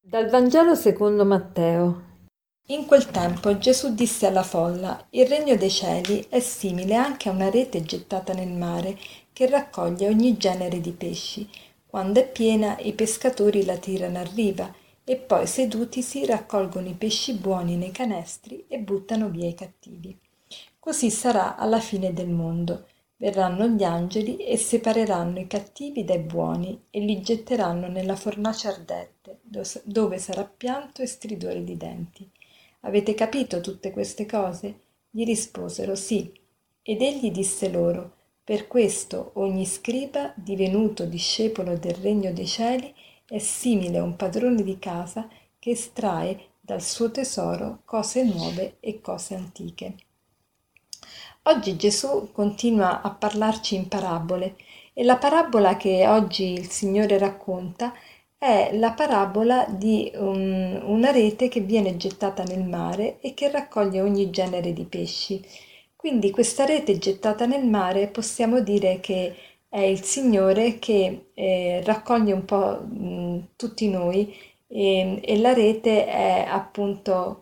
Dal Vangelo secondo Matteo. In quel tempo Gesù disse alla folla: Il regno dei cieli è simile anche a una rete gettata nel mare, che raccoglie ogni genere di pesci. Quando è piena, i pescatori la tirano a riva e poi, sedutisi, raccolgono i pesci buoni nei canestri e buttano via i cattivi. Così sarà alla fine del mondo. Verranno gli angeli e separeranno i cattivi dai buoni e li getteranno nella fornace ardente, dove sarà pianto e stridore di denti. Avete capito tutte queste cose? Gli risposero sì. Ed egli disse loro: Per questo ogni scriba, divenuto discepolo del regno dei cieli, è simile a un padrone di casa che estrae dal suo tesoro cose nuove e cose antiche. Oggi Gesù continua a parlarci in parabole e la parabola che oggi il Signore racconta è la parabola di una rete che viene gettata nel mare e che raccoglie ogni genere di pesci. Quindi questa rete gettata nel mare possiamo dire che è il Signore che raccoglie un po' tutti noi e la rete è appunto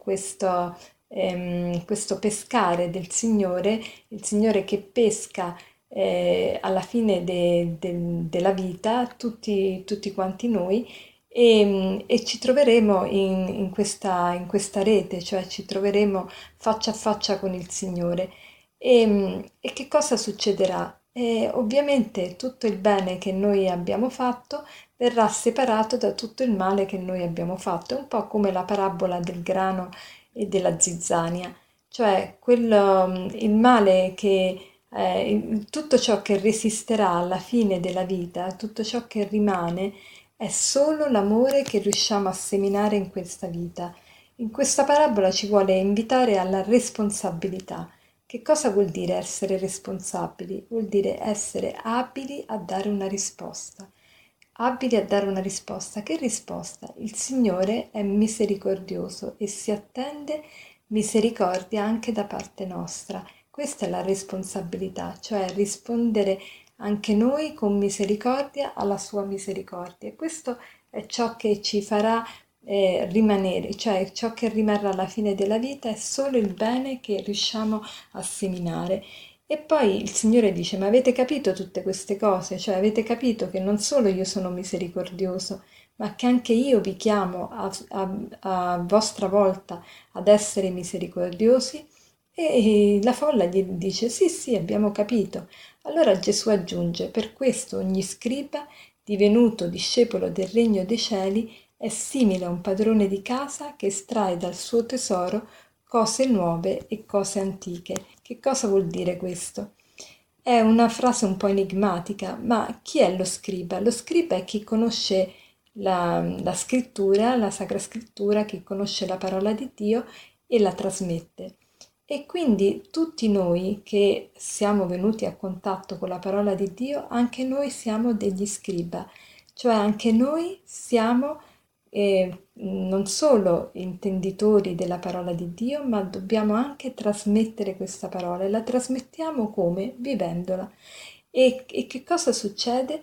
questo pescare del Signore, il Signore che pesca alla fine della vita tutti quanti noi e ci troveremo in questa rete, cioè ci troveremo faccia a faccia con il Signore. E che cosa succederà? Ovviamente tutto il bene che noi abbiamo fatto verrà separato da tutto il male che noi abbiamo fatto. È un po' come la parabola del grano e della zizzania, cioè il male tutto ciò che resisterà alla fine della vita, tutto ciò che rimane, è solo l'amore che riusciamo a seminare in questa vita. In questa parabola ci vuole invitare alla responsabilità. Che cosa vuol dire essere responsabili? Vuol dire essere abili a dare una risposta. Abili a dare una risposta. Che risposta? Il Signore è misericordioso e si attende misericordia anche da parte nostra. Questa è la responsabilità, cioè rispondere anche noi con misericordia alla sua misericordia. E questo è ciò che ci farà rimanere, cioè ciò che rimarrà alla fine della vita è solo il bene che riusciamo a seminare. E poi il Signore dice: Ma avete capito tutte queste cose? Cioè avete capito che non solo io sono misericordioso, ma che anche io vi chiamo a vostra volta ad essere misericordiosi? E la folla gli dice: Sì, sì, abbiamo capito. Allora Gesù aggiunge: Per questo ogni scriba, divenuto discepolo del regno dei cieli, è simile a un padrone di casa che estrae dal suo tesoro cose nuove e cose antiche. Che cosa vuol dire questo? È una frase un po' enigmatica, ma chi è lo scriba? Lo scriba è chi conosce la scrittura, la Sacra Scrittura, chi conosce la parola di Dio e la trasmette. E quindi tutti noi che siamo venuti a contatto con la parola di Dio, anche noi siamo degli scriba, cioè anche noi siamo non solo intenditori della parola di Dio, ma dobbiamo anche trasmettere questa parola e la trasmettiamo come? Vivendola. E che cosa succede?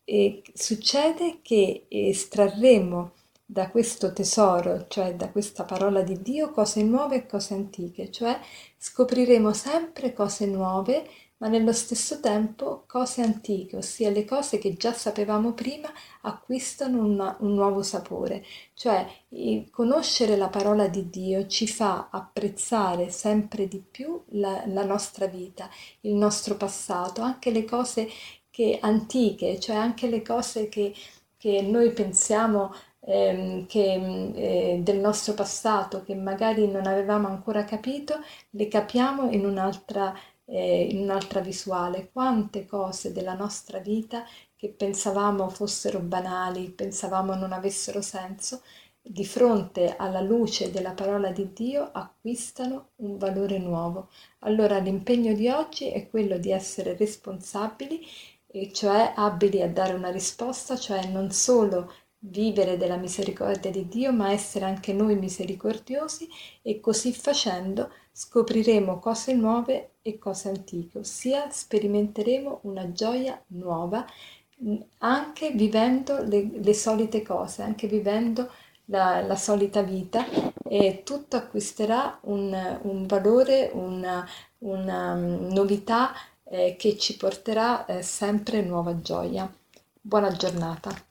Succede che estrarremo da questo tesoro, cioè da questa parola di Dio, cose nuove e cose antiche, cioè scopriremo sempre cose nuove, ma nello stesso tempo cose antiche, ossia le cose che già sapevamo prima acquistano un nuovo sapore. Cioè, conoscere la parola di Dio ci fa apprezzare sempre di più la nostra vita, il nostro passato, anche le cose antiche, cioè anche le cose che noi pensiamo del nostro passato, che magari non avevamo ancora capito, le capiamo in un'altra visuale. Quante cose della nostra vita che pensavamo fossero banali, pensavamo non avessero senso, di fronte alla luce della parola di Dio acquistano un valore nuovo. Allora l'impegno di oggi è quello di essere responsabili, e cioè abili a dare una risposta, cioè non solo vivere della misericordia di Dio, ma essere anche noi misericordiosi e così facendo scopriremo cose nuove e cose antiche, ossia sperimenteremo una gioia nuova anche vivendo le solite cose, anche vivendo la solita vita e tutto acquisterà un valore, una novità che ci porterà sempre nuova gioia. Buona giornata.